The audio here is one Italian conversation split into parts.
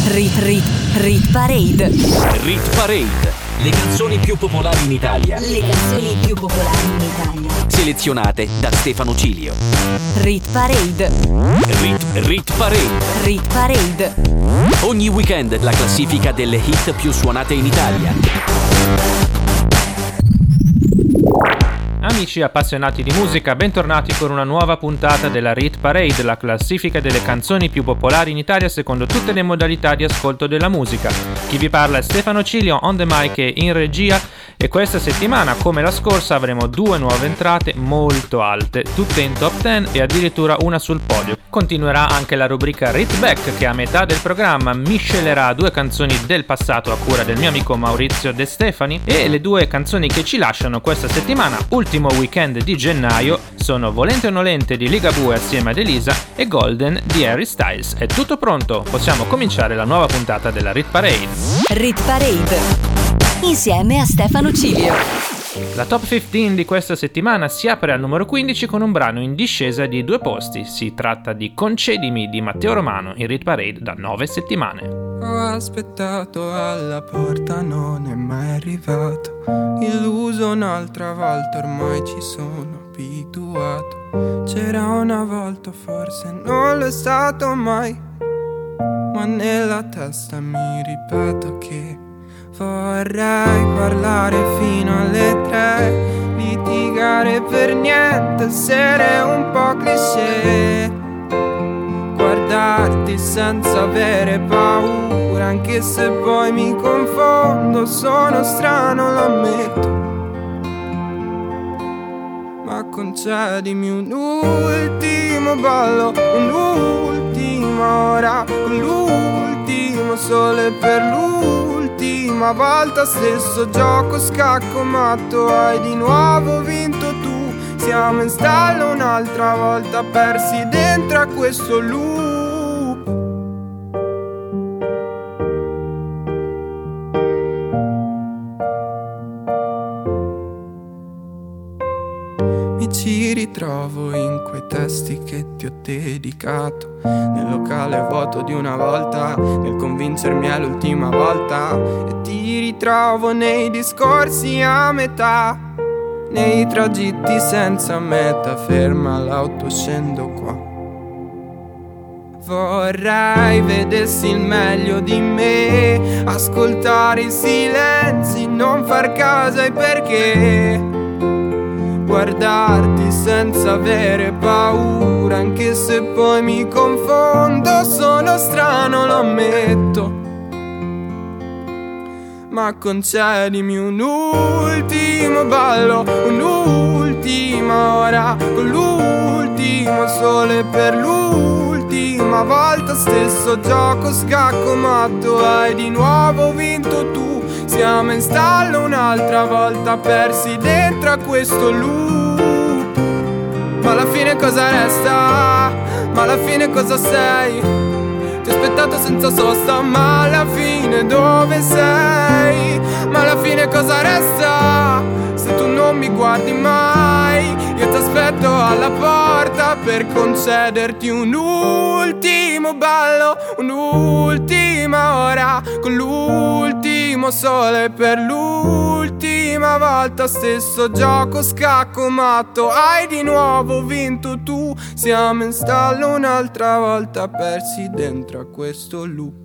Rit Parade. Rit Parade. Le canzoni più popolari in Italia. Selezionate da Stefano Cilio. Rit Parade. Rit Parade. Rit Parade. Ogni weekend la classifica delle hit più suonate in Italia. Amici appassionati di musica, bentornati con una nuova puntata della Rit Parade, la classifica delle canzoni più popolari in Italia secondo tutte le modalità di ascolto della musica. Chi vi parla è Stefano Cilio, on the mic e in regia, e questa settimana, come la scorsa, avremo due nuove entrate molto alte, tutte in top 10 e addirittura una sul podio. Continuerà anche la rubrica Rit Back, che a metà del programma miscelerà due canzoni del passato a cura del mio amico Maurizio De Stefani, e le due canzoni che ci lasciano questa settimana, ultimo weekend di gennaio, sono Volente o Nolente di Ligabue assieme ad Elisa e Golden di Harry Styles. È tutto pronto? Possiamo cominciare la nuova puntata della Rit Parade. Rit Parade insieme a Stefano Cilio. La top 15 di questa settimana si apre al numero 15 con un brano in discesa di 2 posti. Si tratta di Concedimi di Matteo Romano in Rit Parade da 9 settimane. Ho aspettato alla porta, non è mai arrivato. Illuso un'altra volta, ormai ci sono abituato. C'era una volta, forse non l'è stato mai, ma nella testa mi ripeto che vorrei parlare fino alle 3, litigare per niente, essere un po' cliché, guardarti senza avere paura, anche se poi mi confondo, sono strano, lo ammetto. Ma concedimi un ultimo ballo, un'ultima ora, l'ultimo sole per l'ultima volta, stesso gioco, scacco matto, hai di nuovo vinto tu. Siamo in stallo un'altra volta, persi dentro a questo loop. Mi ci ritrovo in quei testi che ti ho dedicato, nel locale vuoto di una volta, nel convincermi è l'ultima volta, e ti ritrovo nei discorsi a metà, nei tragitti senza meta, ferma l'auto, scendo qua. Vorrei vedessi il meglio di me, ascoltare i silenzi, non far caso ai perché, guardarti senza avere paura, anche se poi mi confondo, sono strano, lo ammetto. Ma concedimi un ultimo ballo, un'ultima ora, con l'ultimo sole per l'ultima volta, stesso gioco, scacco matto, hai di nuovo vinto tu. Siamo in stallo un'altra volta, persi dentro a questo loop. Ma alla fine cosa resta? Ma alla fine cosa sei? Ti ho aspettato senza sosta, ma alla fine dove sei? Ma alla fine cosa resta? Se tu non mi guardi mai, io ti aspetto alla porta per concederti un ultimo ballo, un'ultima ora, con l'ultimo sole per l'ultima volta, stesso gioco, scacco matto, hai di nuovo vinto tu. Siamo in stallo un'altra volta, persi dentro a questo loop.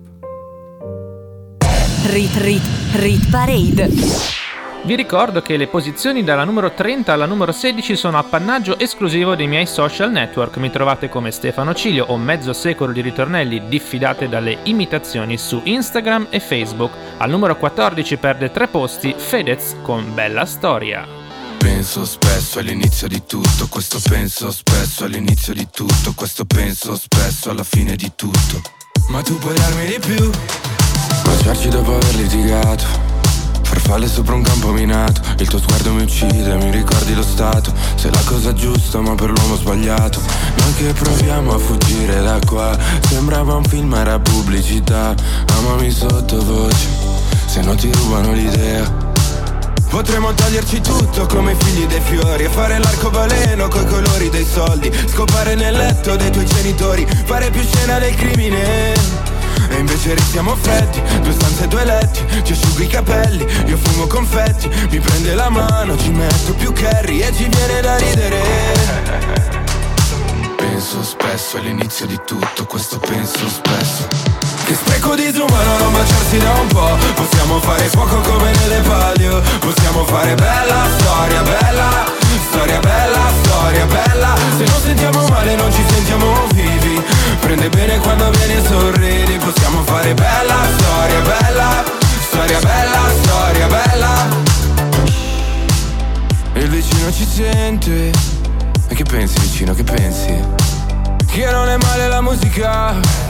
Rit Parade. Vi ricordo che le posizioni dalla numero 30 alla numero 16 sono appannaggio esclusivo dei miei social network. Mi trovate come Stefano Cilio o mezzo secolo di ritornelli diffidate dalle imitazioni su Instagram e Facebook. Al numero 14 perde 3 posti Fedez con Bella Storia. Penso spesso all'inizio di tutto, questo penso spesso all'inizio di tutto, questo penso spesso alla fine di tutto. Ma tu puoi darmi di più, baciarci dopo aver litigato, farfalle sopra un campo minato, il tuo sguardo mi uccide, mi ricordi lo stato, sei la cosa giusta ma per l'uomo sbagliato. Noi che proviamo a fuggire da qua, sembrava un film, era pubblicità. Amami sottovoce, se no ti rubano l'idea. Potremmo toglierci tutto come figli dei fiori e fare l'arcobaleno coi colori dei soldi, scopare nel letto dei tuoi genitori, fare più scena del crimine. e invece restiamo freddi. 2 stanze e 2 letti, ti asciugo i capelli, io fumo confetti. Mi prende la mano, ci metto più curry e ci viene da ridere. Penso spesso all'inizio di tutto questo, penso spesso. Che spreco disumano non baciarsi da un po'. Possiamo fare fuoco come nelle palio. Possiamo fare bella storia, bella storia, bella storia, bella. Se non sentiamo male non ci sentiamo vivi. Prende bene quando vieni e sorridi. Possiamo fare bella storia, bella storia, bella storia, bella. E il vicino ci sente. E che pensi vicino, che pensi? Che non è male la musica.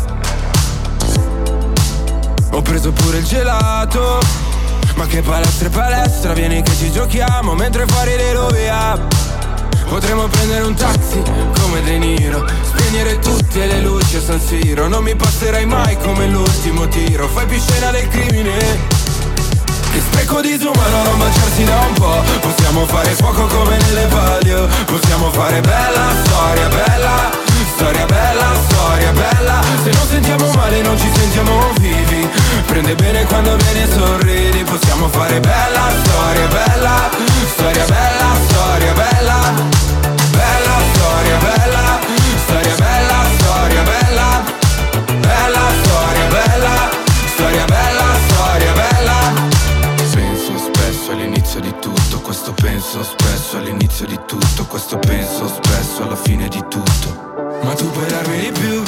Ho preso pure il gelato. Ma che palestra e palestra, vieni che ci giochiamo mentre fuori le rovia. Potremmo prendere un taxi come De Niro, spegnere tutte le luci a San Siro. Non mi passerai mai come l'ultimo tiro. Fai più scena del crimine. Che spreco disumano non baciarsi da un po'. Possiamo fare fuoco come nelle palio. Possiamo fare bella storia, bella storia, bella storia, bella. Se non sentiamo male non ci sentiamo vivi. Prende bene quando vieni e sorridi. Possiamo fare bella storia, bella storia, bella storia, bella. Bella storia, bella storia, bella storia, bella. Bella storia, bella storia, bella storia, bella. Penso spesso all'inizio di tutto questo, penso spesso all'inizio di tutto questo, penso spesso alla fine di tutto. Ma tu puoi darmi di più.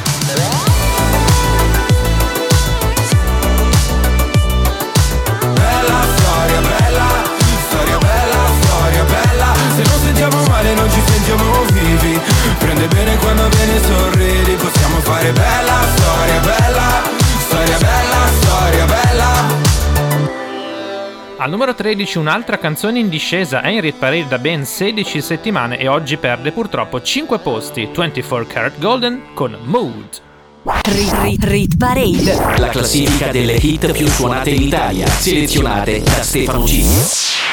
Bella storia, bella storia, bella storia, bella. Se non sentiamo male non ci sentiamo vivi. Prende bene quando vieni e sorridi. Possiamo fare bella storia, bella storia, bella storia, bella. Al numero 13 un'altra canzone in discesa, è in Rit Parade da ben 16 settimane e oggi perde purtroppo 5 posti. 24 Karat Golden con Mood. Rit Parade, La classifica delle hit più suonate in Italia, selezionate da Stefano Cilio.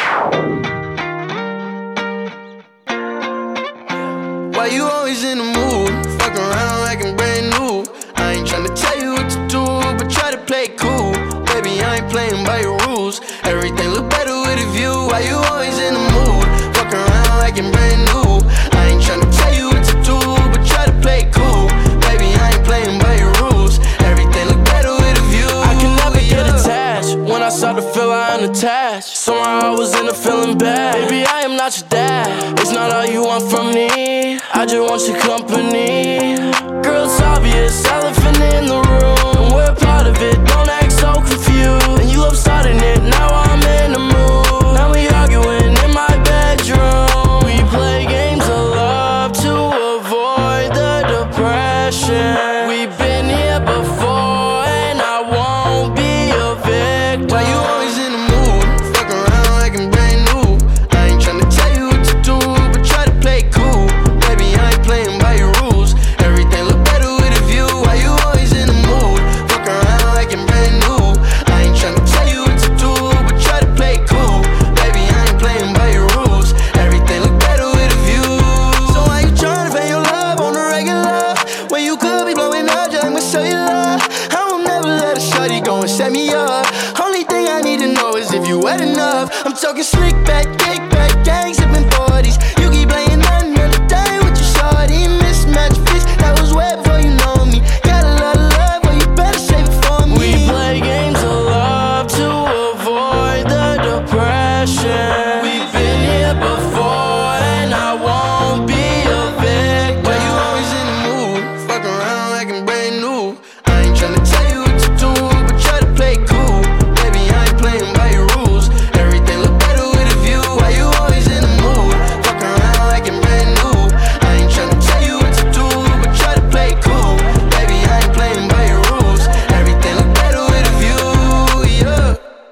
Why you always in the mood? Fuck around like I'm brand new. I ain't tryna tell you what to do, but try to play cool. Baby, I ain't playing by your rules. Everything look better with a view. Why you always in the mood? Fuck around like I'm brand new. I ain't tryna tell you what to do, but try to play cool. Baby, I ain't playing by your rules. Everything look better with a view. I can never get attached. When I start to feel I'm unattached, somehow I was in a feeling bad. Baby, I am not your dad. It's not all you want from me. I just want your company. Girl, it's obvious, elephant in the room, and we're part of it. Don't act so confused. And you love starting it, now I'm in the mood. Now we arguing in my bedroom. We play games of love to avoid the depression. We've been here before, and I won't be a victim. Why you always in the mood? Fuck around like I'm brand new. I ain't tryna tell you what to do, but try to play cool. Baby, I ain't playing by your rules. Everything look better with a view. Why you always in the mood? Fuck around like I'm brand new. I ain't tryna tell you what to do, but try to play cool. Baby, I ain't playing by your rules. Everything look better with a view. So why you tryna pay your love on the regular, when you could be blowing up just with cellular? I will never let a shawty go and set me up. Only thing I need to know is if you wet enough. I'm talking slick back, kick back, gang sipping 40s. You keep playing another day with your shawty. Mismatch fish, that was wet before you know me. Got a lot of love, but you better save it for me. We play games of love to avoid the depression. We've been here before, and I won't be a victim. Why you always in the mood? Fuck around like I'm brand new. I ain't tryna tell you what to do, but try to play cool. Baby, I ain't playing by your rules. Everything look better with a view. Why you always in the mood? Fuck around like I'm brand new. I ain't tryna tell you what to do, but try to play cool. Baby, I ain't playing by your rules. Everything look better with a view, yeah.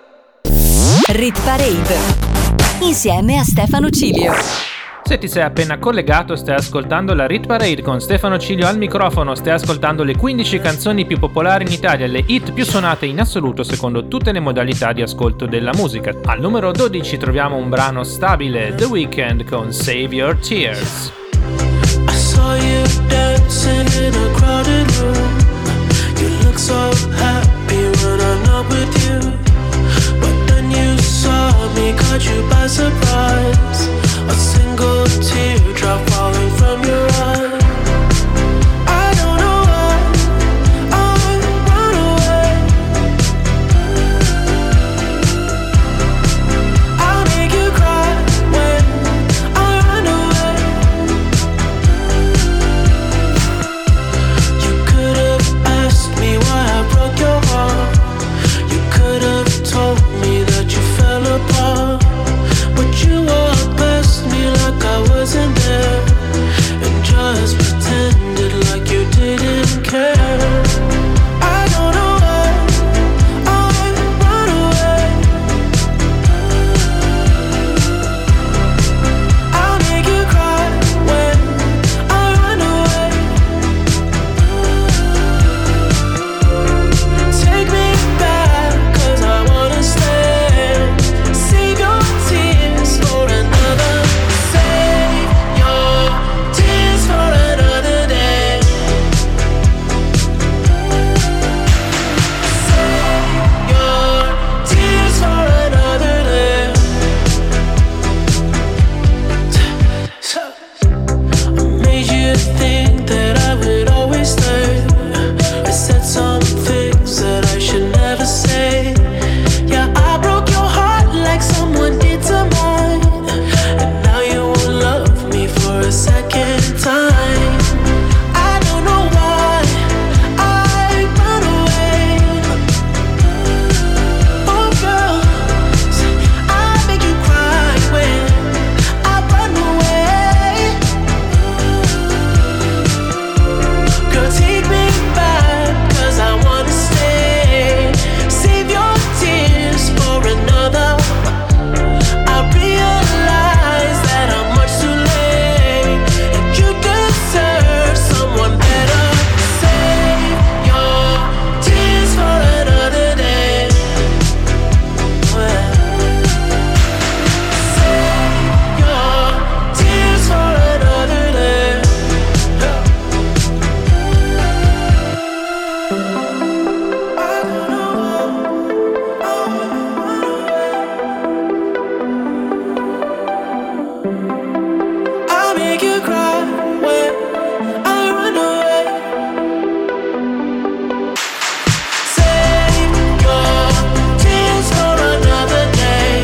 Rit Parade, insieme a Stefano Cilio. Se ti sei appena collegato, stai ascoltando la Rit Parade con Stefano Cilio al microfono. Stai ascoltando le 15 canzoni più popolari in Italia, le hit più suonate in assoluto secondo tutte le modalità di ascolto della musica. Al numero 12 troviamo un brano stabile, The Weeknd con Save Your Tears. I saw you dancing in a crowded room. You look look so happy when I'm not with you, but then you saw me, caught you by surprise. A single teardrop falling from your eye. I don't know why I run away. I'll make you cry when I run away. You could have asked me why I broke your heart. You could have told me that you fell apart, but you walked past me like I wasn't there, and just pretended like you didn't care. I don't know why I run away. I'll make you cry when I run away. Take me back, 'cause I wanna stay. Save your tears for another. Save your tears for another day. Save your tears for another day. So, I made you think that I would always stay. I said some things that I should never say. Yeah, I broke your heart like someone did to mine, and now you won't love me for a second time. I don't know why I run away. Oh girl, I make you cry when I run away. Girl, take me back, 'cause I wanna stay. Save your tears for another. I realize that I'm much too late, and you deserve someone better. Save your tears for another day. Save your tears for another day. I don't know why I run away. I'll make you cry when I run away. Save your tears for another day.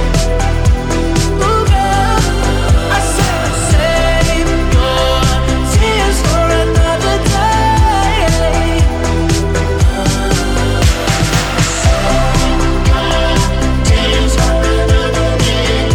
Ooh, girl, I said save your tears for another day. Tears for another day.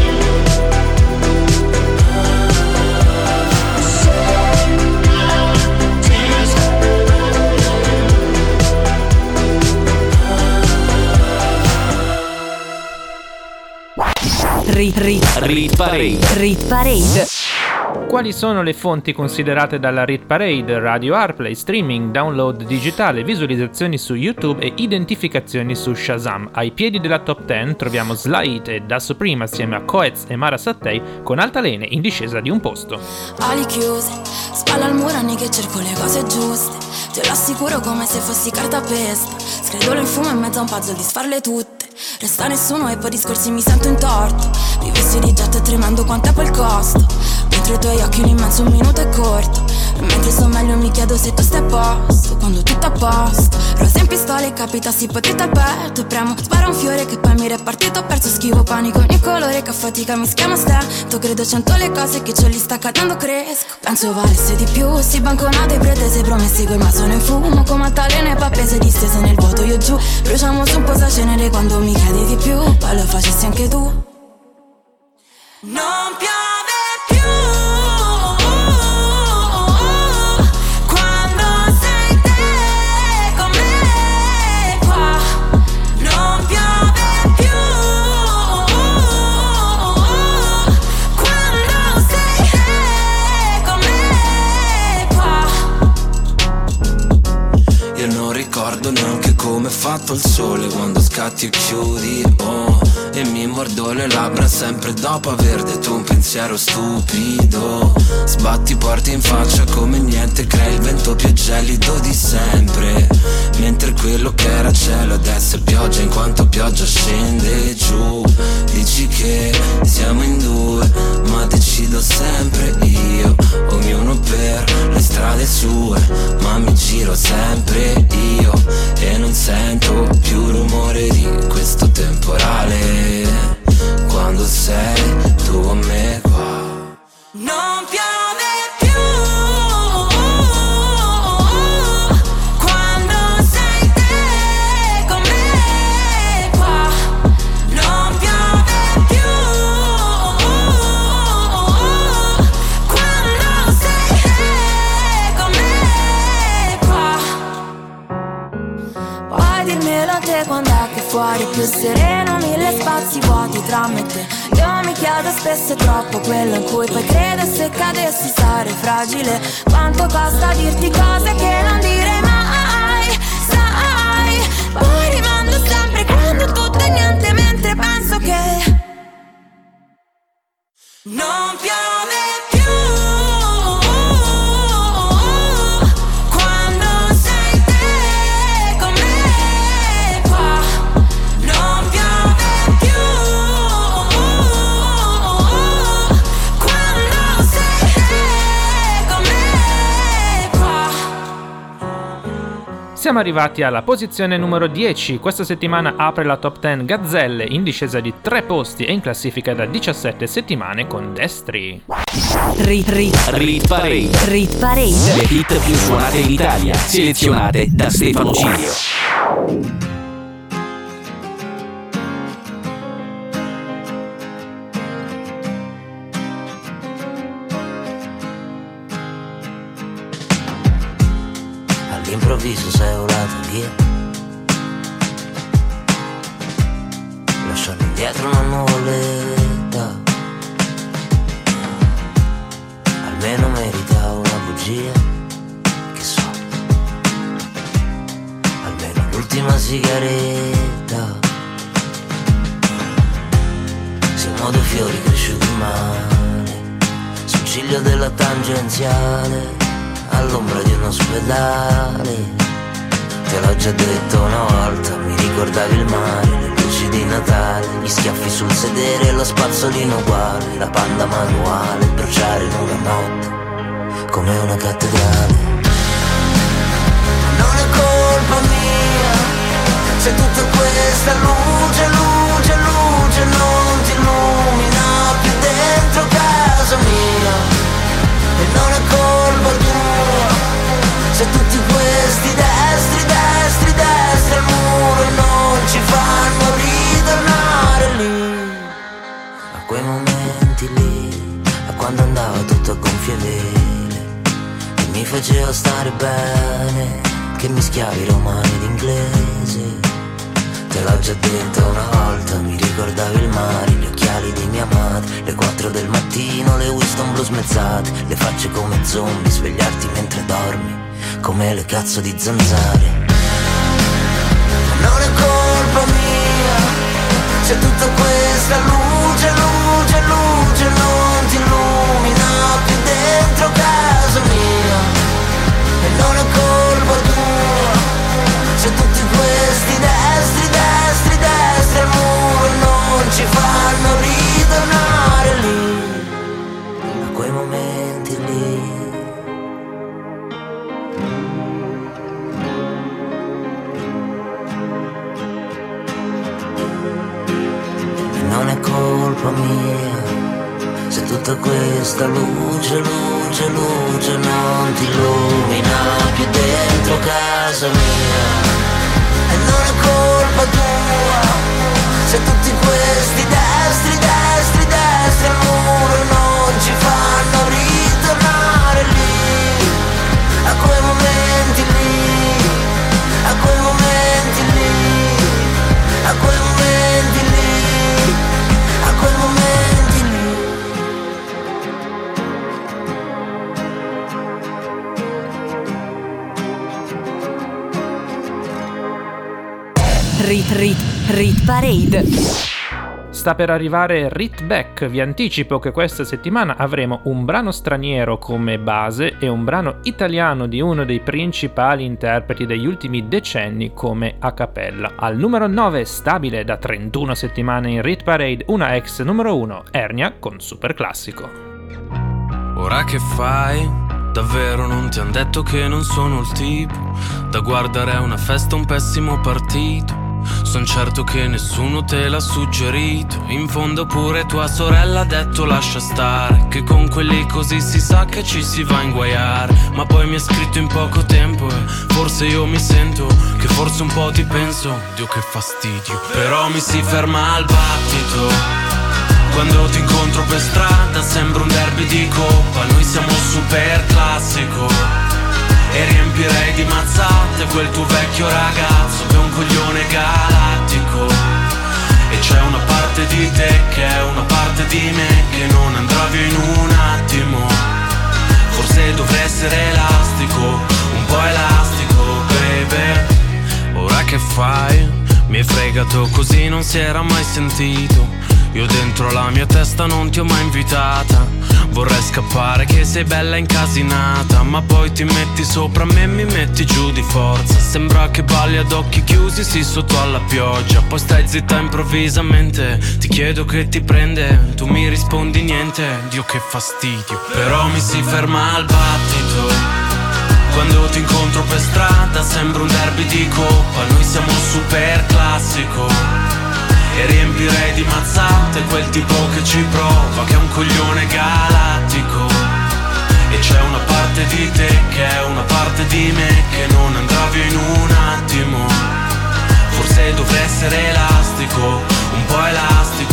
Rit Parade. Rit Parade. Quali sono le fonti considerate dalla Rit Parade? Radio Airplay, streaming, download digitale, visualizzazioni su YouTube e identificazioni su Shazam. Ai piedi della top 10 troviamo Slight e Da Supreme assieme a Coez e Mara Sattei con Altalene in discesa di un posto. Ali chiuse, spalla al muro anni che cerco le cose giuste. Te lo assicuro come se fossi cartapesta. Scredolo in fumo in mezzo a un puzzle di sfarle tutte. Resta nessuno e poi discorsi mi sento in torto. Vivessi di getto e tremando quanto è quel costo. Dentro i tuoi occhi un immenso un minuto è corto. E mentre sto meglio mi chiedo se tu stai a posto. Quando tutto a posto. Rosa in pistola e capitassi potete al petto. Premo, spara un fiore che poi mi repartito. Ho perso schivo panico ogni colore che a fatica mi schiama stento. Credo 100 le cose che ce li sta cadendo cresco. Penso valesse di più, si banconate pretese promessi col ma sono in fumo. Come altalene pappese distese nel vuoto io giù. Bruciamo su un po' sa cenere quando mi chiedi di più. Poi lo facessi anche tu. Non piove più quando sei te con me qua. Non piove più quando sei te con me qua. Io non ricordo neanche come è fatto il sole quando scatti e chiudi, oh. E mi mordo le labbra sempre dopo aver detto un pensiero stupido. Sbatti porti in faccia come niente, crei il vento più gelido di sempre. Mentre quello che era cielo adesso è pioggia, in quanto pioggia scende giù. Dici che siamo in due, ma decido sempre io. Ognuno per le strade sue, ma mi giro sempre io. E non sento più rumore di questo temporale quando sei tu con me qua. Non piove più quando sei te con me qua. Non piove più quando sei te con me qua. Puoi dirmelo a te quando è che fuori è più sereno, mille spazi vuoti tra me e te. Io mi chiedo spesso è troppo quello in cui poi credo, se cadessi sarei fragile. Quanto costa dirti cose che non direi mai, sai. Poi rimando sempre quando tutto è niente, mentre penso che non piove più quando sei te con me qua. Non piove più quando sei te con me qua. Siamo arrivati alla posizione numero 10. Questa settimana apre la top 10 Gazzelle, in discesa di 3 posti e in classifica da 17 settimane con Destri. Rit Parade. Rit Parade. Le hit più suonate in Italia, selezionate da Stefano Cilio. All'improvviso sei volata via, lasciando indietro una nuvoletta. Almeno meritavo una bugia, che so, almeno l'ultima sigaretta. Siamo due fiori cresciuti male, sul ciglio della tangenziale, all'ombra di un ospedale. Te l'ho già detto una volta, mi ricordavi il mare, le luci di Natale, gli schiaffi sul sedere, lo spazzolino uguale, la panda manuale, bruciare in una notte come una cattedrale. Non è colpa mia se tutta questa luce, luce, luce non ti illumina più dentro casa mia. E non è colpa tua se tutti questi destri, destri, destri al muro non ci fanno ritornare lì, a quei momenti lì, a quando andava tutto a gonfie vele, che mi faceva stare bene, che mischiavi romani ed inglese. Te l'ho già detto una volta, mi ricordavi il mare, gli occhiali di mia madre, le 4 del mattino, le Winston blu smezzate, le facce come zombie, svegliarti mentre dormi, come le cazzo di zanzare. Non è colpa mia se tutta questa luce, luce, luce non ti illumina più dentro casa mia. E non è colpa tua se tutti questi destri, destri, destri al muro non ci fanno ritornare lì, a quei momenti lì. E non è colpa mia se tutta questa luce, luce, luce non ti illumina più dentro casa mia. E non è colpa tua se tutti questi destri, destri, destri al muro non ci fanno ritornare lì, a quei momenti lì, a quei momenti lì, a quei momenti lì, a quei momenti lì. Rit Parade. Sta per arrivare Rit Back. Vi anticipo che questa settimana avremo un brano straniero come base e un brano italiano di uno dei principali interpreti degli ultimi decenni come a cappella. Al numero 9, stabile da 31 settimane in Rit Parade, una ex numero 1, Ernia con Super Classico. Ora che fai? Davvero non ti han detto che non sono il tipo da guardare a una festa, un pessimo partito. Son certo che nessuno te l'ha suggerito. In fondo pure tua sorella ha detto lascia stare, che con quelli così si sa che ci si va a inguaiare. Ma poi mi ha scritto in poco tempo e forse io mi sento che forse un po' ti penso. Dio che fastidio. Però mi si ferma al battito quando ti incontro per strada, sembra un derby di coppa. Noi siamo super classico e riempirei di mazzate quel tuo vecchio ragazzo che è un coglione galattico. E c'è una parte di te che è una parte di me che non andrà via in un attimo. Forse dovrei essere elastico, un po' elastico, baby. Ora che fai? Mi hai fregato così, non si era mai sentito. Io dentro la mia testa non ti ho mai invitata. Vorrei scappare che sei bella incasinata, ma poi ti metti sopra me e mi metti giù di forza. Sembra che balli ad occhi chiusi, sì, sotto alla pioggia. Poi stai zitta improvvisamente, ti chiedo che ti prende, tu mi rispondi niente. Dio che fastidio. Però mi si ferma al battito quando ti incontro per strada, sembra un derby di coppa. Noi siamo super classico e riempirei di mazzate quel tipo che ci prova, che è un coglione galattico. E c'è una parte di te che è una parte di me che non andrà via in un attimo. Forse dovrei essere elastico, un po' elastico,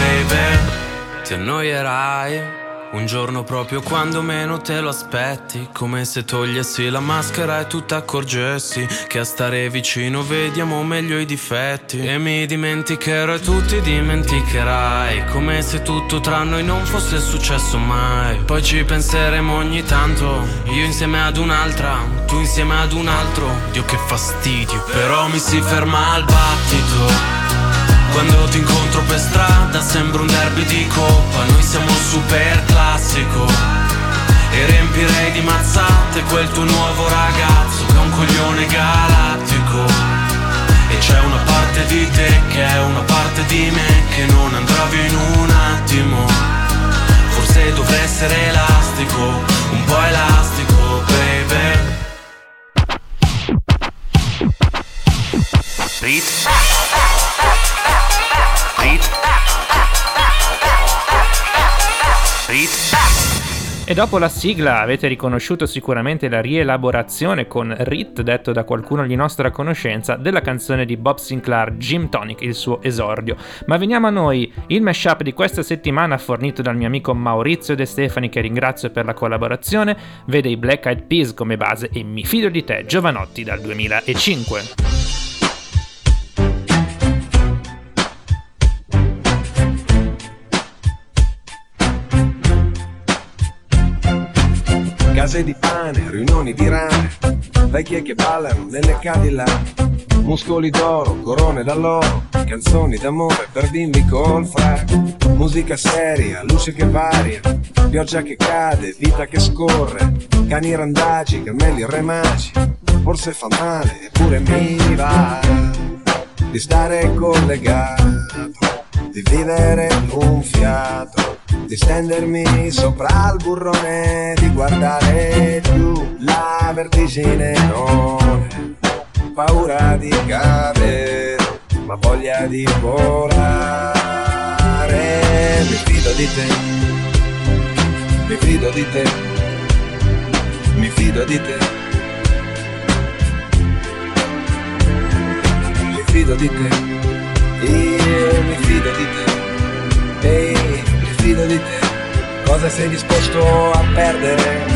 baby. Ti annoierai un giorno proprio quando meno te lo aspetti, come se togliessi la maschera e tu t'accorgessi che a stare vicino vediamo meglio i difetti. E mi dimenticherò e tu ti dimenticherai, come se tutto tra noi non fosse successo mai. Poi ci penseremo ogni tanto, io insieme ad un'altra, tu insieme ad un altro. Dio che fastidio. Però mi si ferma al battito quando ti incontro per strada, sembra un derby di coppa. Noi siamo super classico e riempirei di mazzate quel tuo nuovo ragazzo che è un coglione galattico. E c'è una parte di te che è una parte di me che non andrà via in un attimo. Forse dovrei essere elastico, un po' elastico, baby. E dopo la sigla avete riconosciuto sicuramente la rielaborazione con Rit, detto da qualcuno di nostra conoscenza, della canzone di Bob Sinclair, Gym Tonic, il suo esordio. Ma veniamo a noi, il mashup di questa settimana fornito dal mio amico Maurizio De Stefani, che ringrazio per la collaborazione, vede i Black Eyed Peas come base e Mi fido di te, Giovanotti dal 2005. Case di pane, riunioni di rane, vecchie che ballano nelle Cadillac, muscoli d'oro, corone d'alloro, canzoni d'amore per bimbi col frac, musica seria, luce che varia, pioggia che cade, vita che scorre, cani randagi, cammelli remaci, forse fa male, eppure mi va di stare collegato, di vivere un fiato, di stendermi sopra il burrone, di guardare giù la vertigine, non è paura di cadere, ma voglia di volare. Mi fido di te, mi fido di te, mi fido di te, mi fido di te, io mi fido di te, ehi, mi fido di te, cosa sei disposto a perdere?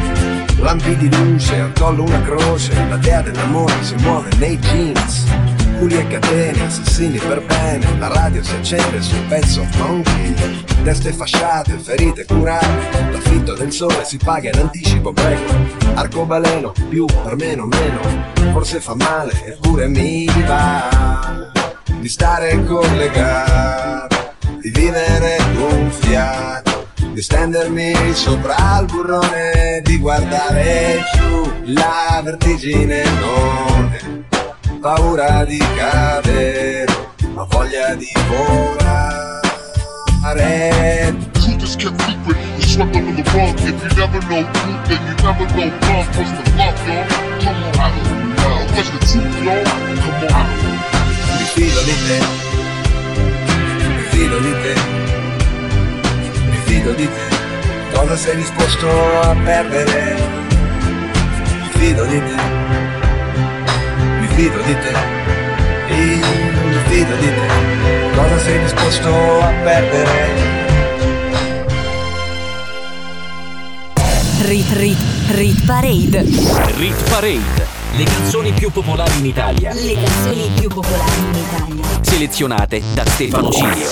Lampi di luce, al collo una croce, la dea dell'amore si muove nei jeans, Culi e catene, assassini per bene. La radio si accende sul pezzo funky. Teste fasciate, ferite curate. L'affitto del sole si paga in anticipo, prego. Arcobaleno, più per meno. Forse fa male, eppure mi va di stare collegato, di vivere gonfiato, di stendermi sopra il burrone, di guardare giù. La vertigine non è paura di cadere, ma voglia di volare. Truth is kept secret, it's swept under the rug. If you never know truth, then you never know love. What's the love, y'all? Come on, I don't know. What's the truth, y'all? Come on, I don't know. Mi fido di te, mi fido di te, mi fido di te. Cosa sei disposto a perdere? Mi fido di te, mi fido di te, mi fido di te. Cosa sei disposto a perdere? Rit Parade. Rit Parade. Le canzoni più popolari in Italia. Le canzoni più popolari in Italia. Selezionate da Stefano Cilio.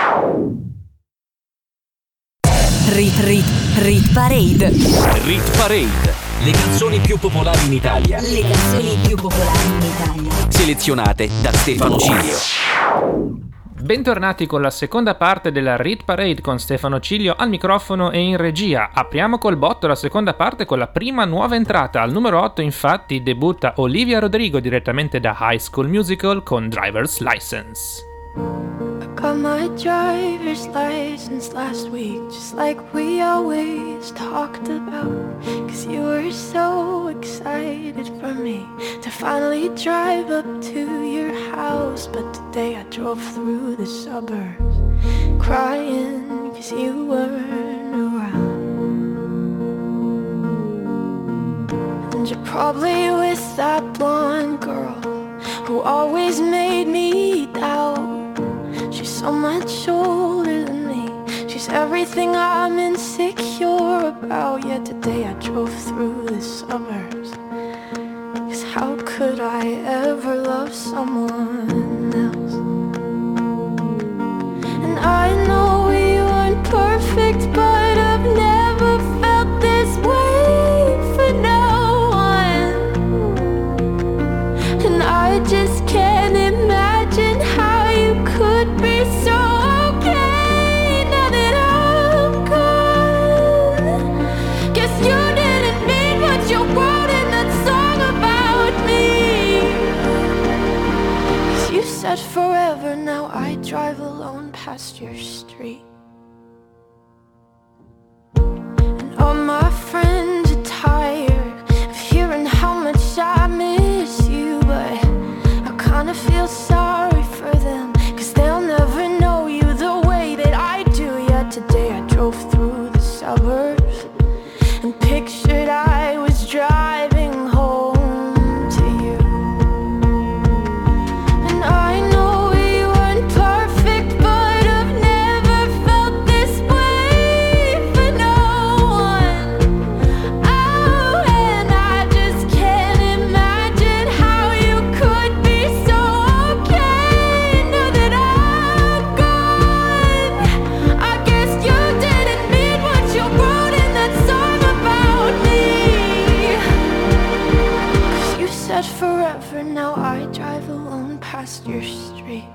Rit Parade. Rit Parade. Le canzoni più popolari in Italia. Le canzoni più popolari in Italia. Selezionate da Stefano Cilio. Bentornati con la seconda parte della Rit Parade con Stefano Cilio al microfono e in regia. Apriamo col botto la seconda parte con la prima nuova entrata. Al numero 8 infatti debutta Olivia Rodrigo direttamente da High School Musical con Driver's License. Got my driver's license last week, just like we always talked about. Cause you were so excited for me to finally drive up to your house. But today I drove through the suburbs crying cause you weren't around. And you're probably with that blonde girl who always made me doubt. She's so much older than me. She's everything I'm insecure about. Yet today I drove through the suburbs. Cause how could I ever love someone else? And I know we weren't perfect, but I've never felt this way for no one. And I just can't imagine how you could be so okay now that I'm gone. Guess you didn't mean what you wrote in that song about me. Cause you said forever, now I drive alone past your street. And all my friends are tired of hearing how much I miss you, but I kinda feel sorry for them, cause they'll never know you the way that I do. Yet today I drove through the suburbs and pictured I was driving home to you. And I know we weren't perfect, but I've never felt this way for no one. Oh, and I just can't imagine how you could be so okay now that I'm gone. I guess you didn't mean what you wrote in that song about me. Cause you said forever, now I drive alone past your street.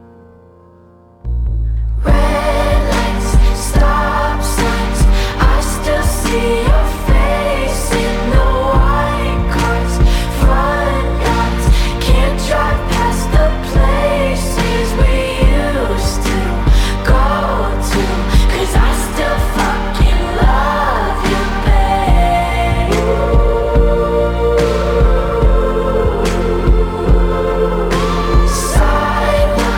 Red lights, stop signs, I still see your face in the white cars, front yards. Can't drive past the places we used to go to, cause I still fucking love you, babe. Sidewalks,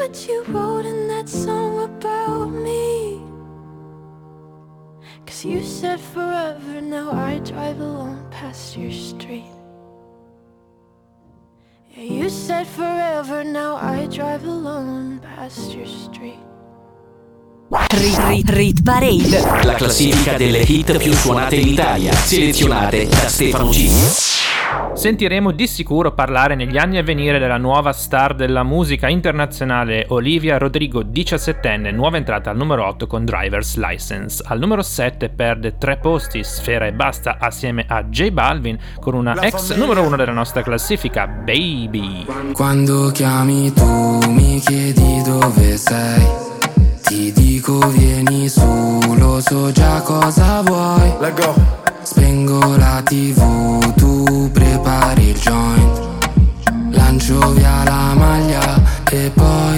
what you wrote in that song about me. 'Cause you said forever, now I drive alone past your street. Yeah, you said forever, now I drive alone past your street. Rit Parade, La classifica delle hit più suonate in Italia, selezionate da Stefano G. Sentiremo di sicuro parlare negli anni a venire della nuova star della musica internazionale Olivia Rodrigo, 17enne, nuova entrata al numero 8 con Driver's License. Al numero 7 perde 3 posti Sfera Ebbasta assieme a J Balvin con una ex numero 1 della nostra classifica, Baby. Quando chiami tu mi chiedi dove sei, ti dico vieni su, lo so già cosa vuoi. Let go. Spengo la TV, tu prepari il joint, lancio via la maglia e poi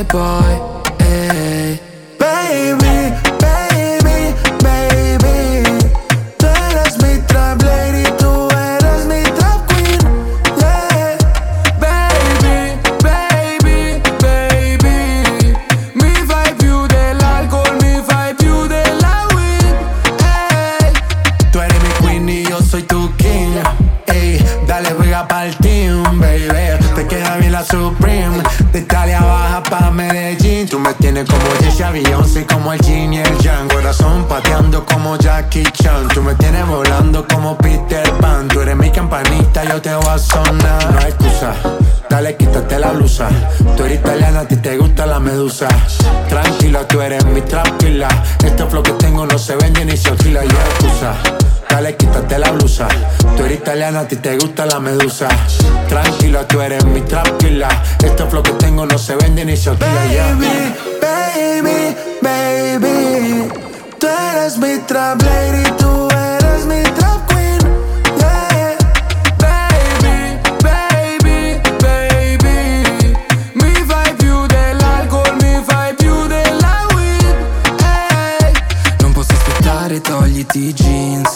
Baby, baby, baby, tú eres mi trap lady, tú eres mi trap queen, yeah. Baby, baby, baby, mi fai più dell'alcol, mi fai più della weed, ey. Tú eres mi queen y yo soy tu king, ey. Dale juega pa'l team, baby. Te queda bien la Supreme, de Italia baja pa' Medellín. Tú me tienes como Jessie Beyoncé, como el Jin y el Yang. Corazón pateando como Jackie Chan. Tú me tienes volando como Peter Pan. Tú eres mi campanita, yo te voy a sonar. No hay excusa, dale quítate la blusa. Tú eres italiana, a ti te gusta la medusa. Tranquila, tú eres mi trap killer. Este flow que tengo no se vende ni se alquila. No hay excusa, dale quítate la blusa. Tú eres italiana, a ti te gusta la medusa. Tranquila, tú eres mi trap killer. Este flow que tengo no se vende ni se alquila. Baby, baby, baby, tú eres mi trap lady, tú eres mi trap queen, yeah. Baby, baby, baby, mi fai più dell'alcol, mi fai più della weed, ey. Non posso aspettare, togliti i jeans,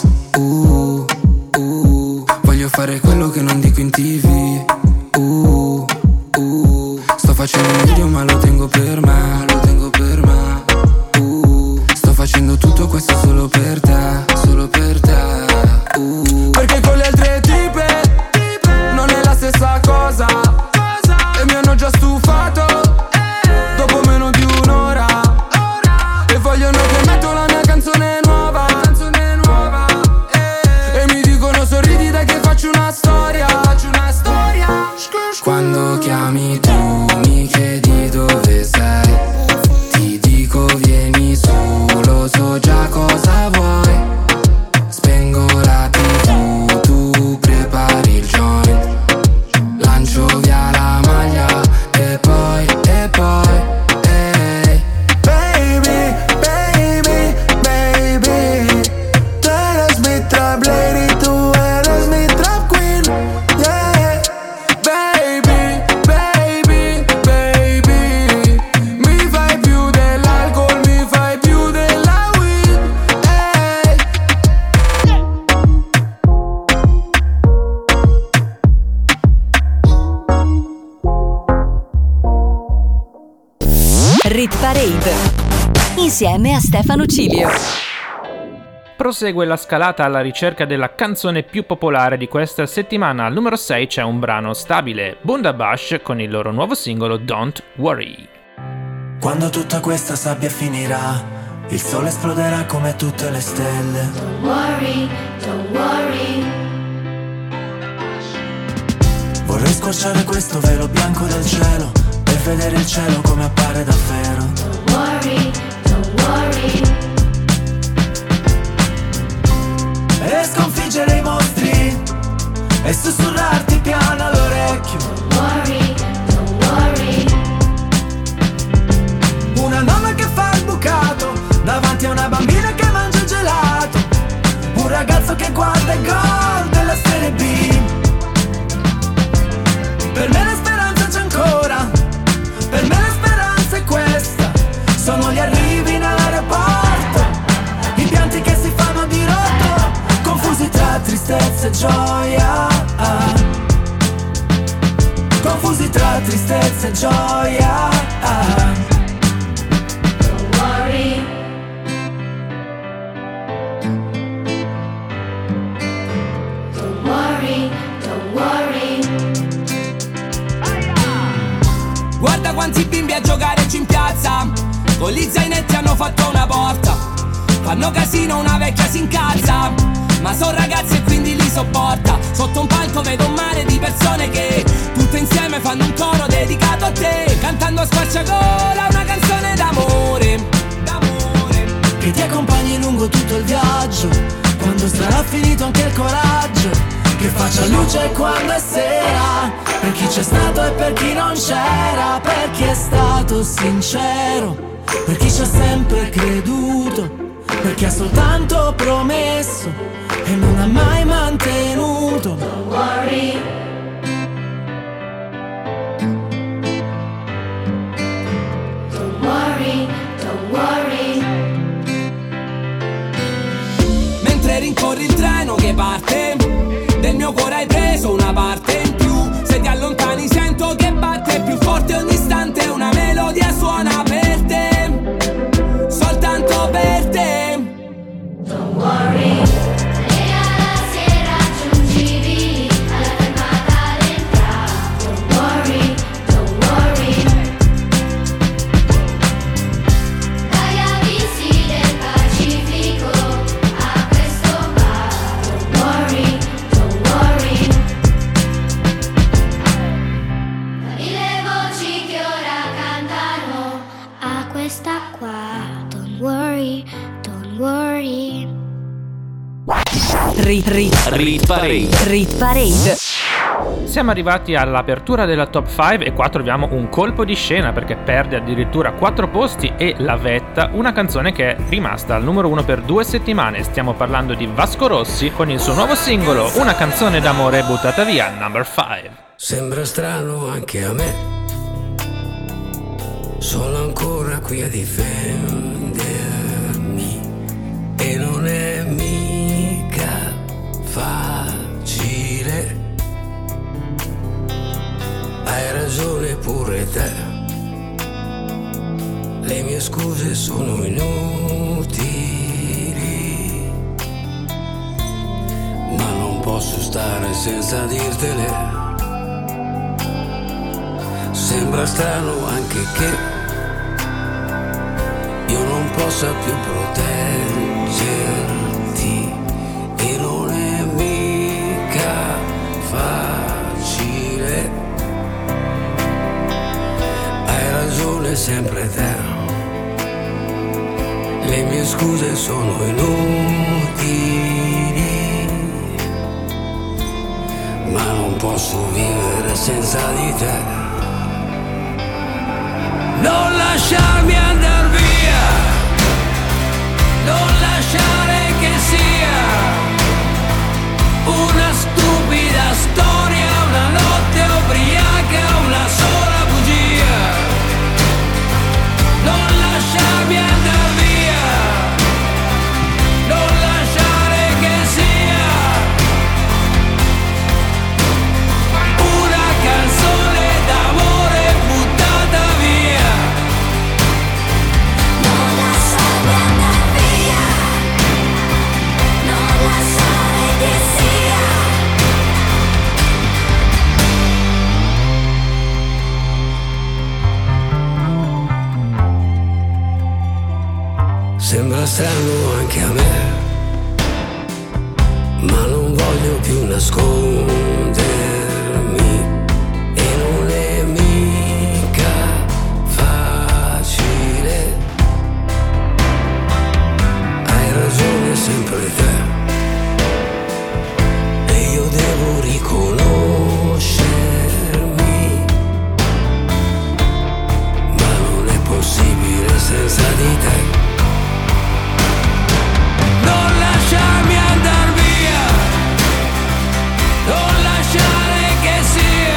voglio fare quello che non dico in TV, sto facendo un video ma lo tengo per me, sto facendo tutto questo solo per te, Perché con le altre tipe non è la stessa cosa, e mi hanno già stufato dopo meno di un'ora, e vogliono che metto la mia canzone nuova, e mi dicono sorridi dai che faccio una storia. Quando chiami tu mi chiedi dove sei, ti dico vieni su, lo so già cosa vuoi. Spengo la TV, tu prepari il joint, lancio via la maglia e poi Baby, baby, baby, tú eres mi trap lady, tú eres mi trap queen, yeah. Baby, baby, baby, mi fai più dell'alcol, mi fai più della weed, ey. Rit Parade, insieme a Stefano Cilio. Prosegue la scalata alla ricerca della canzone più popolare di questa settimana. Al numero 6 c'è un brano stabile, Bundabash con il loro nuovo singolo Don't Worry. Quando tutta questa sabbia finirà, il sole esploderà come tutte le stelle. Don't worry, don't worry. Vorrei squarciare questo velo bianco del cielo e vedere il cielo come appare davvero. Don't worry, don't worry. E sconfiggere i mostri e sussurrarti piano all'orecchio. Don't worry, don't worry. Una nonna che fa il bucato davanti a una bambina che mangia il gelato. Un ragazzo che guarda il gol della Serie B. Per me la speranza c'è ancora, per me la speranza è questa. Sono gli arrivi in aeroporto, i pianti che si fanno di rotto, confusi tra tristezza e gioia, confusi tra tristezza e gioia. Don't worry. Don't worry, don't worry. Guarda quanti bimbi a giocare giù in piazza, con gli zainetti hanno fatto una porta. Fanno casino, una vecchia si incazza, ma son ragazzi e quindi li sopporta. Sotto un palco vedo un mare di persone che tutte insieme fanno un coro dedicato a te, cantando a squarciagola una canzone d'amore, d'amore, che ti accompagni lungo tutto il viaggio, quando sarà finito anche il coraggio, che faccia luce quando è sera, per chi c'è stato e per chi non c'era, per chi è stato sincero, per chi ci ha sempre creduto, per chi ha soltanto promesso e non ha mai mantenuto. Don't worry. Don't worry, don't worry. mentre rincorri il treno che parte, del mio cuore hai preso una parte in più. Se ti allontani sento che batte più forte ogni istante, una melodia suona per te, soltanto per te. Don't worry. Rit Parade. Siamo arrivati all'apertura della top 5 e qua troviamo un colpo di scena perché perde addirittura 4 posti e la vetta una canzone che è rimasta al numero 1 per 2 settimane. Stiamo parlando di Vasco Rossi con il suo nuovo singolo Una canzone d'amore buttata via, number 5. Sembra strano anche a me, sono ancora qui a difendermi e non è mica facile. Hai ragione pure te, le mie scuse sono inutili, ma non posso stare senza dirtele. Sembra strano anche che io non possa più proteggerti e non è mica facile. Hai ragione sempre te, le mie scuse sono inutili, ma non posso vivere senza di te. Non lasciarmi andar via, non lasciare che sia una stupida storia, una notte ubriaca, una sola bugia. Non lasciarmi andar via, non lasciare che sia una canzone d'amore buttata via. Non lasciarmi andar via, non lasciare che sia. Sembra strano anche a me, ma non voglio più nascondermi e non è mica facile. Hai ragione sempre te e io devo riconoscermi, ma non è possibile senza di te. Non lasciarmi andar via, non lasciare che sia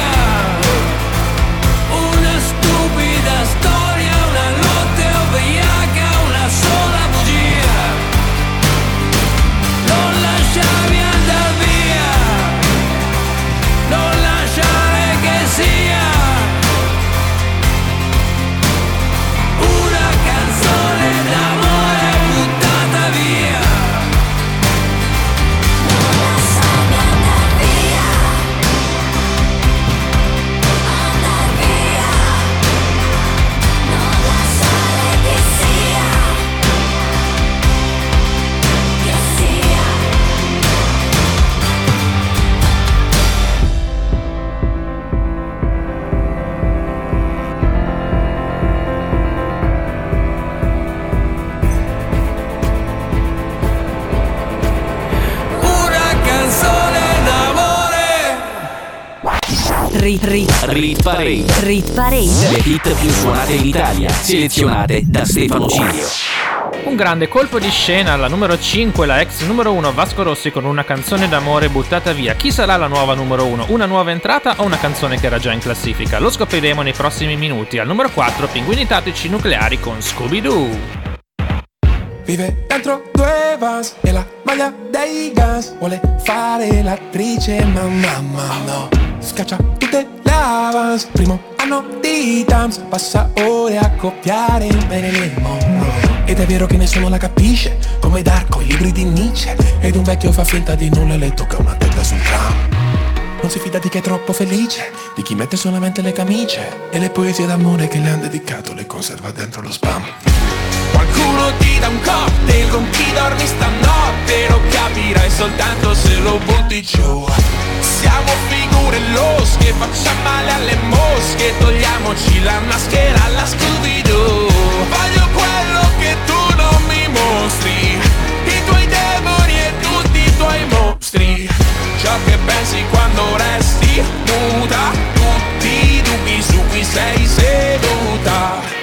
Rit Parade. Rit Parade. Le hit più suonate in Italia, selezionate da Stefano Cilio. Un grande colpo di scena alla numero 5, la ex numero 1 Vasco Rossi con una canzone d'amore buttata via. Chi sarà la nuova numero 1? Una nuova entrata o una canzone che era già in classifica? Lo scopriremo nei prossimi minuti. Al numero 4, Pinguini Tattici Nucleari con Scooby-Doo. Vive dentro due vans e la maglia dei Guns. Vuole fare l'attrice ma mamma no. Scaccia tutte le avance. Primo anno di Tams. Passa ore a copiare bene le Monroe. Ed è vero che nessuno la capisce, come Darko, i libri di Nietzsche. Ed un vecchio fa finta di nulla e le tocca una tenda sul tram. Non si fida di chi è troppo felice, di chi mette solamente le camicie. E le poesie d'amore che le han dedicato le conserva dentro lo spam. Qualcuno ti dà un cocktail con chi dormi stanotte. Lo capirai soltanto se lo butti giù. Siamo figure losche, facciamo male alle mosche. Togliamoci la maschera alla Scooby-Doo. Voglio quello che tu non mi mostri, i tuoi demoni e tutti i tuoi mostri. Ciò che pensi quando resti muta, tutti i dubbi su cui sei seduta.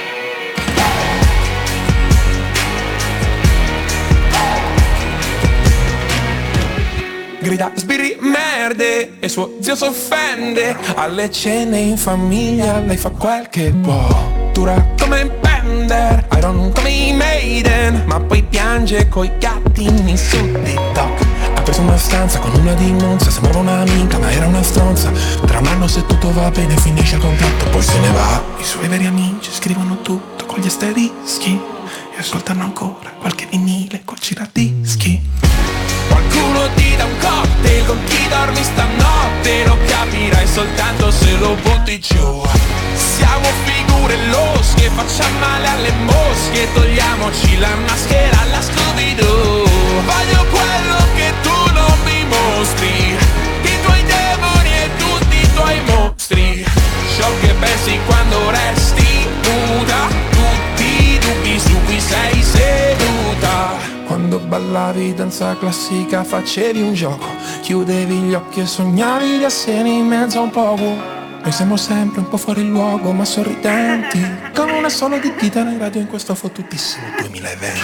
Grida sbirri merde e suo zio s'offende. Alle cene in famiglia lei fa quel che può. Dura come Bender, Iron come i Maiden. Ma poi piange coi gattini su TikTok. Ha preso una stanza con una di Monza. Sembrava una minca ma era una stronza. Tra un anno se tutto va bene finisce il contratto, poi se ne va. I suoi veri amici scrivono tutto con gli asterischi e ascoltano ancora qualche vinile col giradischi. Qualcuno ti dà un cocktail con chi dormi stanotte. Lo capirai soltanto se lo butti giù. Siamo figure losche, facciamo male alle mosche. Togliamoci la maschera alla Scooby-Doo. Voglio quello che tu non mi mostri, i tuoi demoni e tutti i tuoi mostri. Ciò che pensi quando resti nuda, tutti i dubbi su cui sei seduta. Quando ballavi danza classica facevi un gioco. Chiudevi gli occhi e sognavi di essere in mezzo a un poco. Noi siamo sempre un po' fuori luogo ma sorridenti, con una sola di chitarra in radio in questo fottutissimo 2020.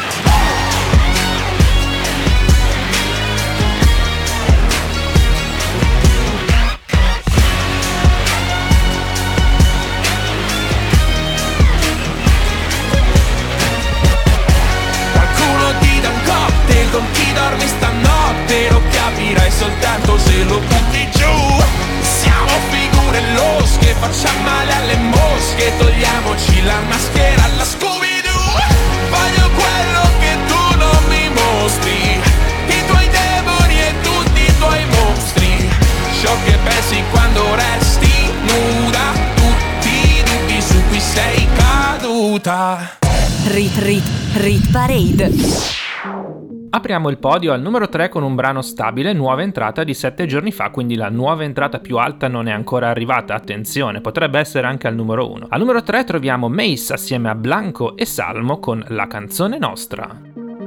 Con chi dormi stanotte lo capirai soltanto se lo butti giù. Siamo figure losche, facciamo male alle mosche. Togliamoci la maschera alla Scooby-Doo. Voglio quello che tu non mi mostri, i tuoi demoni e tutti i tuoi mostri. Ciò che pensi quando resti nuda, tutti i dubbi su cui sei caduta. Rit Parade. Apriamo il podio al numero 3 con un brano stabile, nuova entrata di 7 giorni fa, quindi la nuova entrata più alta non è ancora arrivata, attenzione, potrebbe essere anche al numero 1. Al numero 3 troviamo Mace assieme a Blanco e Salmo con La canzone nostra.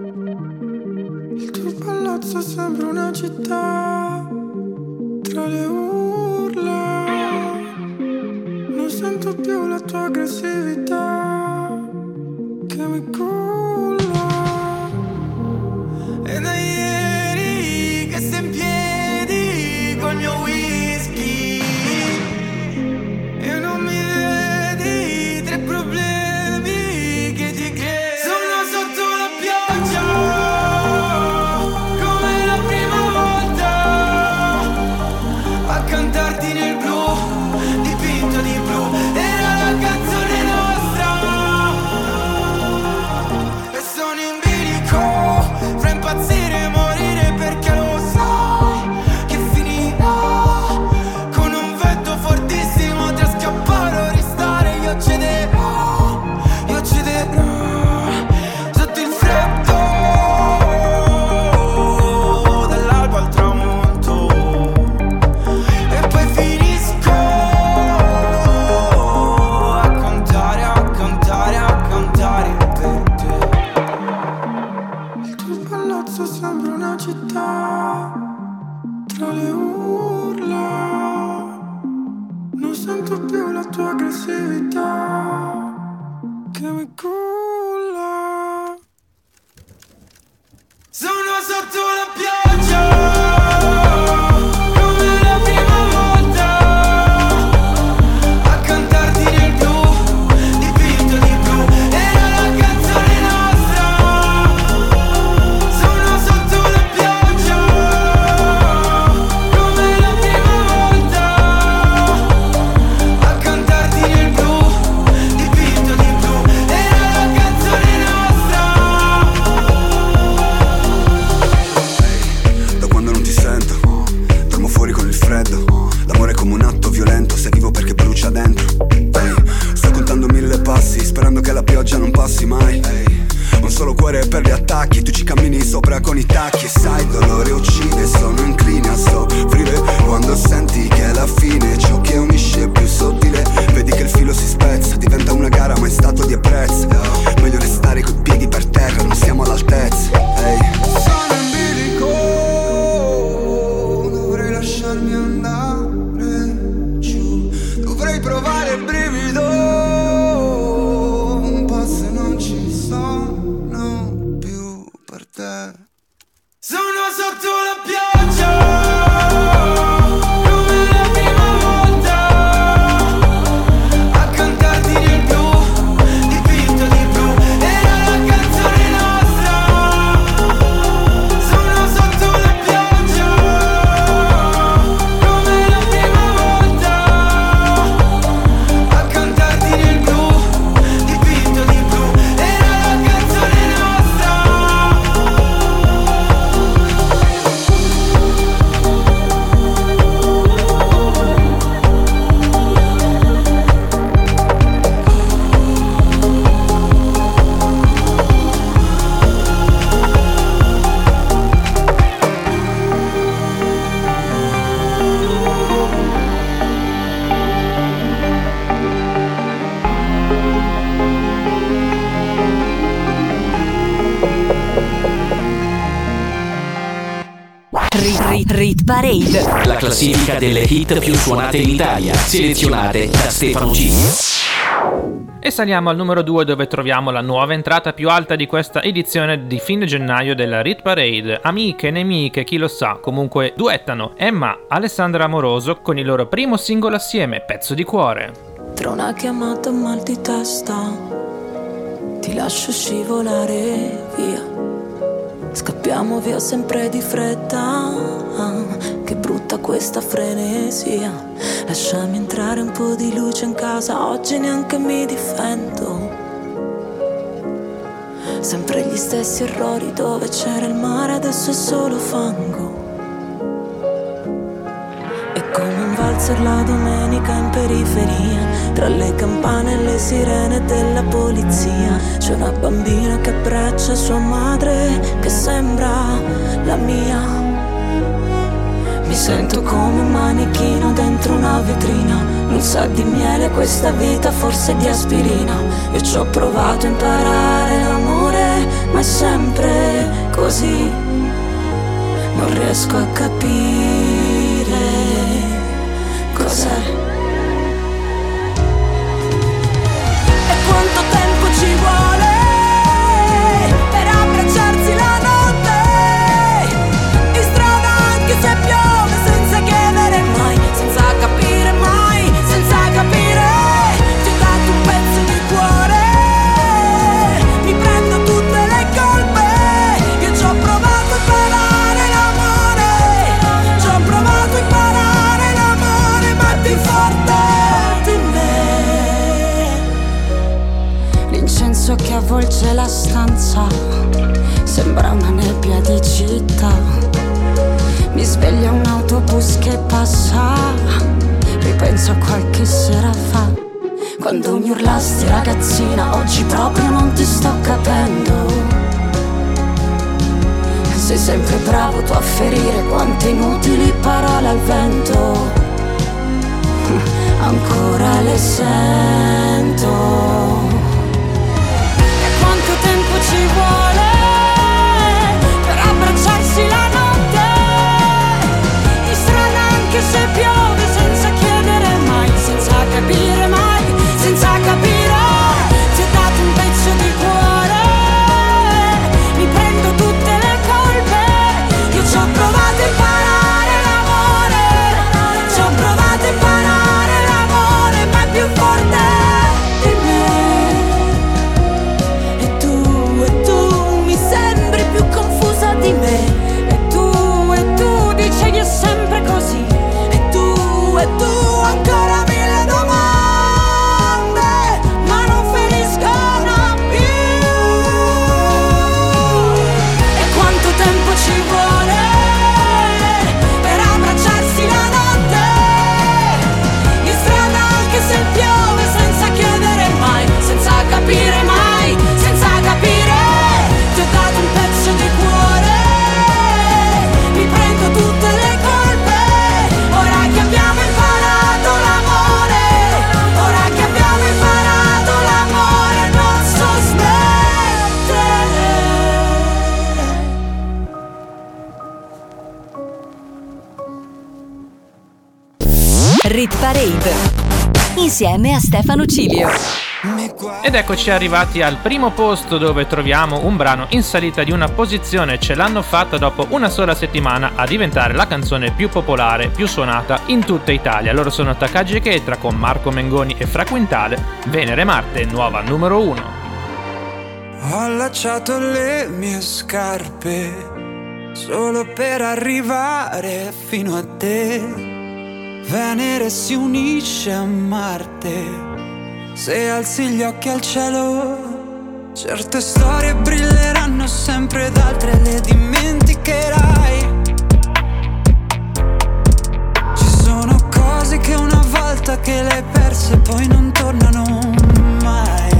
Il tuo palazzo sembra una città tra le urla. Non sento più la tua aggressività che mi culla. E da ieri che sei in piedi col mio whisky e non mi vedi, tre problemi che ti crei. Sono sotto la pioggia come la prima volta, a cantarti nel blu, dipinto di blu. Era la canzone nostra. Non sento più la tua aggressività che mi culla. Sono sotto la pioggia come la prima volta, a cantarti nel blu, dipinto di blu, era la canzone nostra. Sono sotto la pioggia come la prima volta, a cantarti nel blu, dipinto di blu, era la canzone nostra. Da quando non ti sento, dormo fuori con il freddo. L'amore è come un atto violento, se vivo perché brucia dentro. Sto contando 1000 passi, sperando che la pioggia non passi mai. Un solo cuore per gli attacchi, tu ci cammini sopra con i tacchi. Sai, il dolore uccide, sono incline a soffrire quando senti che è la fine. Ciò che unisce è più sottile, vedi che il filo si spezza, diventa una gara ma è stato di apprezzo. Meglio restare coi piedi per terra, non siamo all'altezza. Sono in bilico, dovrei lasciarmi andare giù, dovrei provare il brivido, un po' se non ci sono più per te. Sono sotto la pioggia come la prima volta, a cantarti nel blu, dipinto di blu, era la canzone nostra. Sono sotto la pioggia come la prima volta, a cantarti nel blu, dipinto di blu, era la canzone nostra. Rit Parade. La classifica delle hit più suonate in Italia, selezionate da Stefano G. E saliamo al numero 2, dove troviamo la nuova entrata più alta di questa edizione di fine gennaio della Rit Parade. Amiche, nemiche, chi lo sa, comunque duettano Emma, Alessandra Amoroso con il loro primo singolo assieme, Pezzo di cuore. Tra una chiamata e un mal di testa ti lascio scivolare via. Scappiamo via sempre di fretta, che brutta questa frenesia. Lasciami entrare un po' di luce in casa, oggi neanche mi difendo. Sempre gli stessi errori, dove c'era il mare adesso è solo fango. È come un valzer la domenica in periferia, tra le campane e le sirene della polizia. C'è una bambina che abbraccia sua madre, che sembra la mia. Mi sento come un manichino dentro una vetrina, non sa di miele questa vita, forse di aspirina. Io ci ho provato a imparare l'amore, ma è sempre così. Non riesco a capire cos'è. E quanto tempo ci vuole per abbracciarsi la notte, in strada anche se piove, senza chiedere mai, senza capire mai, senza capire. Ti ho dato un pezzo di cuore, mi prendo tutte le colpe. Io ci ho provato a imparare l'amore, ci ho provato a imparare l'amore, ma più forte di me. L'incenso che avvolge la stanza sembra una nebbia di città. Mi sveglia un autobus che passa, ripenso a qualche sera fa, quando mi urlasti ragazzina, oggi proprio non ti sto capendo. Sei sempre bravo tu a ferire quante inutili parole al vento, ancora le sento. E quanto tempo ci vuole per abbracciarsi la notte, in strada anche se piove, senza chiedere mai, Parade insieme a Stefano Cilio. Ed eccoci arrivati al primo posto, dove troviamo un brano in salita di una posizione. Ce l'hanno fatta dopo una sola settimana a diventare la canzone più popolare, più suonata in tutta Italia. Loro sono Takagi e Ketra con Marco Mengoni e Fra Quintale. Venere Marte, nuova numero 1. Ho allacciato le mie scarpe solo per arrivare fino a te. Venere si unisce a Marte se alzi gli occhi al cielo. Certe storie brilleranno sempre ed altre le dimenticherai. Ci sono cose che una volta che le hai perse poi non tornano mai.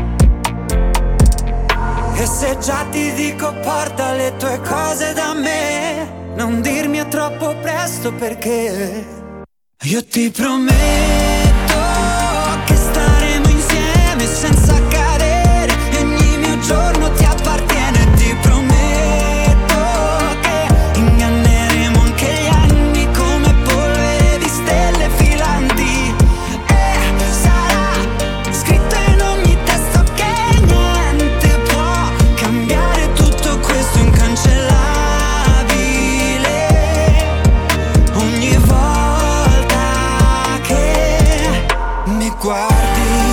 E se già ti dico porta le tue cose da me, non dirmi è troppo presto perché io ti prometto che staremo insieme senza cadere e ogni mio giorno ti appartiene. Ti prometto che inganneremo anche gli anni come polvere di stelle filanti. E sarà scritto in ogni testo che niente può cambiare tutto questo incancellabile. Ogni volta che mi guardi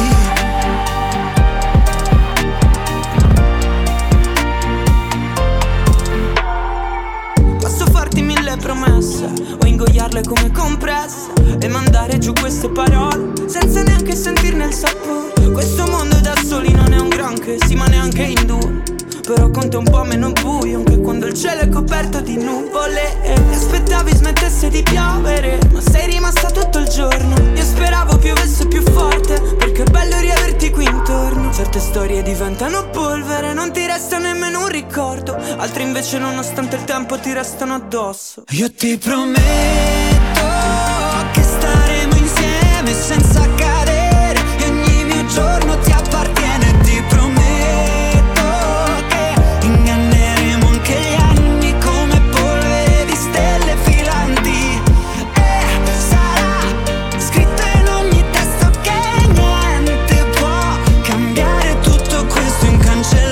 posso farti mille promesse o ingoiarle come compresse e mandare giù queste parole senza neanche sentirne il sapore. Questo mondo da soli non è un granché, sì ma neanche in due, però conta un po' meno buio anche quando il cielo è coperto di nuvole. E aspettavi smettesse di piovere ma sei rimasta tutto il giorno. Io speravo piovesse più forte perché è bello riaverti qui intorno. Certe storie diventano polvere, non ti resta nemmeno un ricordo, altre invece nonostante il tempo ti restano addosso. Io ti prometto che staremo insieme senza cadere e ogni mio giorno ti appartiene. Ti prometto che inganneremo anche gli anni come polvere di stelle filanti. E sarà scritto in ogni testo che niente può cambiare tutto questo incancellabile.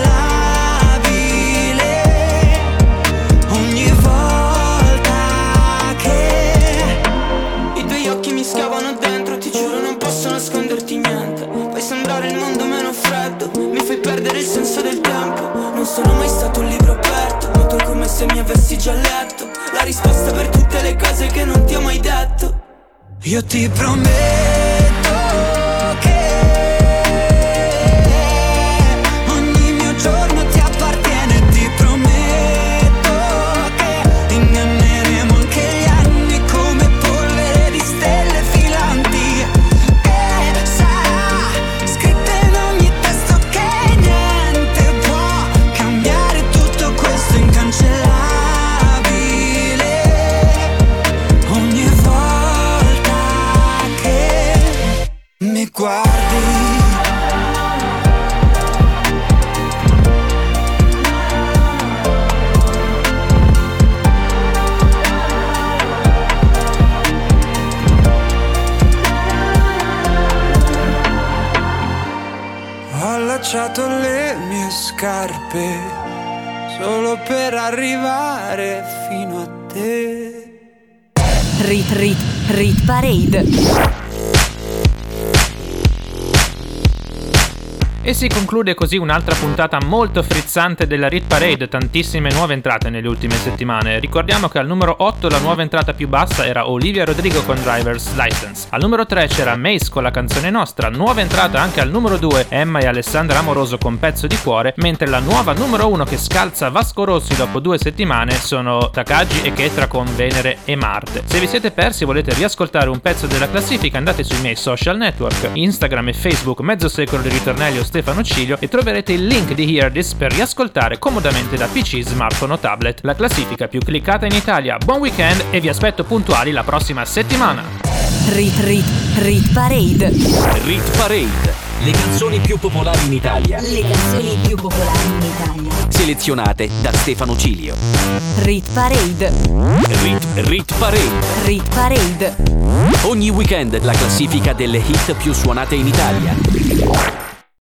Ogni volta che i tuoi occhi mi scavano dentro, ti giuro non posso nasconderti niente. Fai sembrare il mondo meno freddo, mi fai perdere il senso del tempo. Non sono mai stato un libro aperto, ma tu è come se mi avessi già letto la risposta per tutte le cose che non ti ho mai detto. Io ti prometto che ogni mio giorno ti appartiene. Ti prometto che inganneremo anche gli anni come polvere di stelle filanti. E sarà scritto in ogni testo che niente può cambiare tutto questo incancellabile. Ogni volta che mi guardi ho allacciato le mie scarpe solo per arrivare fino a te. Rit Parade. E si conclude così un'altra puntata molto frizzante della Rit Parade, tantissime nuove entrate nelle ultime settimane. Ricordiamo che al numero 8 la nuova entrata più bassa era Olivia Rodrigo con Driver's License. Al numero 3 c'era Mace con La canzone nostra, nuova entrata anche al numero 2 Emma e Alessandra Amoroso con Pezzo di cuore, mentre la nuova numero 1 che scalza Vasco Rossi dopo 2 settimane sono Takagi e Ketra con Venere e Marte. Se vi siete persi e volete riascoltare un pezzo della classifica, andate sui miei social network, Instagram e Facebook, Mezzo Secolo di Ritornelli o Stefano Cilio, e troverete il link di Hear This per riascoltare comodamente da PC, smartphone o tablet la classifica più cliccata in Italia. Buon weekend e vi aspetto puntuali la prossima settimana. Rit Parade. Rit Parade, Le canzoni più popolari in Italia. Le canzoni più popolari in Italia. Selezionate da Stefano Cilio. Rit Parade. Rit Parade. Rit Parade. Ogni weekend la classifica delle hit più suonate in Italia.